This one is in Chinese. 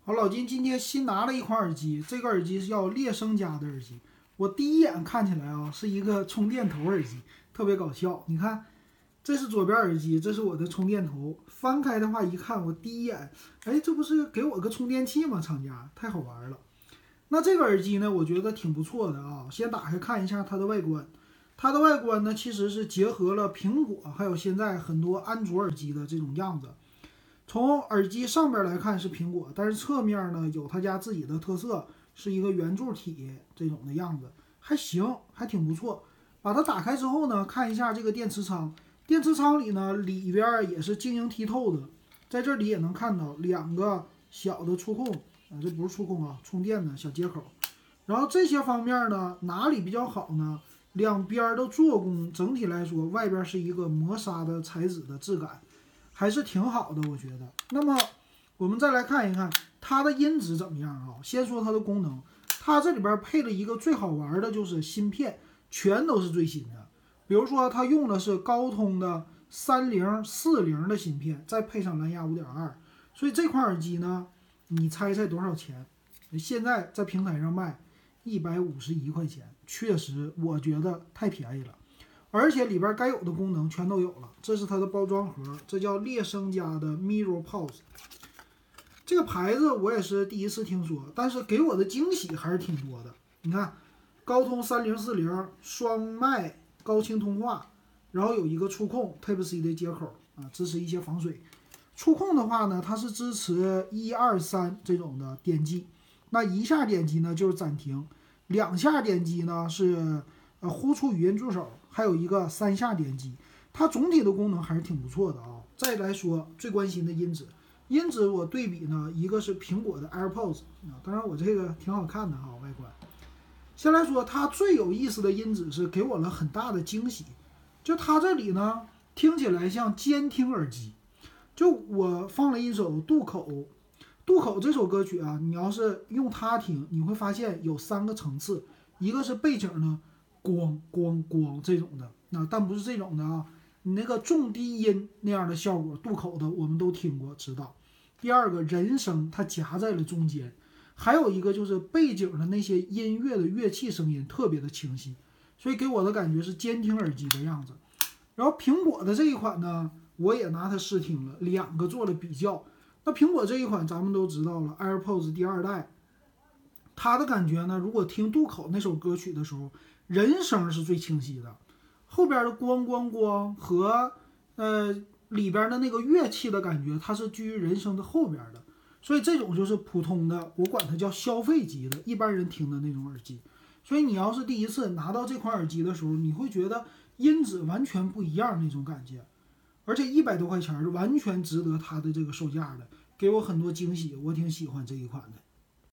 好，老金今天新拿了一款耳机，这个耳机是叫猎声家的耳机。我第一眼看起来啊，是一个充电头耳机，特别搞笑。你看，这是左边耳机，这是我的充电头。翻开的话一看，我第一眼，哎，这不是给我个充电器吗？厂家太好玩了。那这个耳机呢，我觉得挺不错的啊。先打开看一下它的外观，它的外观呢，其实是结合了苹果还有现在很多安卓耳机的这种样子。从耳机上边来看是苹果，但是侧面呢有他家自己的特色，是一个圆柱体这种的样子，还行，还挺不错。把它打开之后呢，看一下这个电池仓，电池仓里呢里边也是晶莹剔透的，在这里也能看到两个小的触控啊，这不是触控啊，充电的小接口。然后这些方面呢，哪里比较好呢？两边的做工整体来说，外边是一个磨砂的材质的质感。还是挺好的，我觉得。那么我们再来看一看它的音质怎么样啊？先说它的功能，它这里边配了一个最好玩的就是芯片，全都是最新的。比如说它用的是高通的3040的芯片，再配上蓝牙5.2，所以这款耳机呢，你猜猜多少钱？现在在平台上卖151块钱，确实我觉得太便宜了。而且里边该有的功能全都有了。这是它的包装盒，这叫猎声家的 Miro Pulse。这个牌子我也是第一次听说，但是给我的惊喜还是挺多的。你看，高通3040双麦高清通话，然后有一个触控 Type-C 的接口啊，支持一些防水。触控的话呢，它是支持1、2、3这种的点击，那一下点击呢就是暂停，两下点击呢是呼出语音助手，还有一个3下点击，它总体的功能还是挺不错的啊。再来说最关心的音质，音质我对比呢，一个是苹果的 AirPods 啊，当然我这个挺好看的哈，外观。先来说它最有意思的音质是给我了很大的惊喜，就它这里呢听起来像监听耳机。就我放了一首渡口这首歌曲啊，你要是用它听，你会发现有3个层次，一个是背景呢咣咣咣这种的，但不是这种的啊，你那个重低音那样的效果，渡口的我们都听过知道。第二个人声它夹在了中间，还有一个就是背景的那些音乐的乐器声音特别的清晰，所以给我的感觉是监听耳机的样子。然后苹果的这一款呢，我也拿它试听了，两个做了比较。那苹果这一款咱们都知道了 AirPods 第2代，它的感觉呢，如果听渡口那首歌曲的时候，人声是最清晰的，后边的咣咣咣和里边的那个乐器的感觉，它是居于人声的后边的，所以这种就是普通的，我管它叫消费级的，一般人听的那种耳机。所以你要是第一次拿到这款耳机的时候，你会觉得音质完全不一样那种感觉，而且100多块钱完全值得它的这个售价的，给我很多惊喜，我挺喜欢这一款的。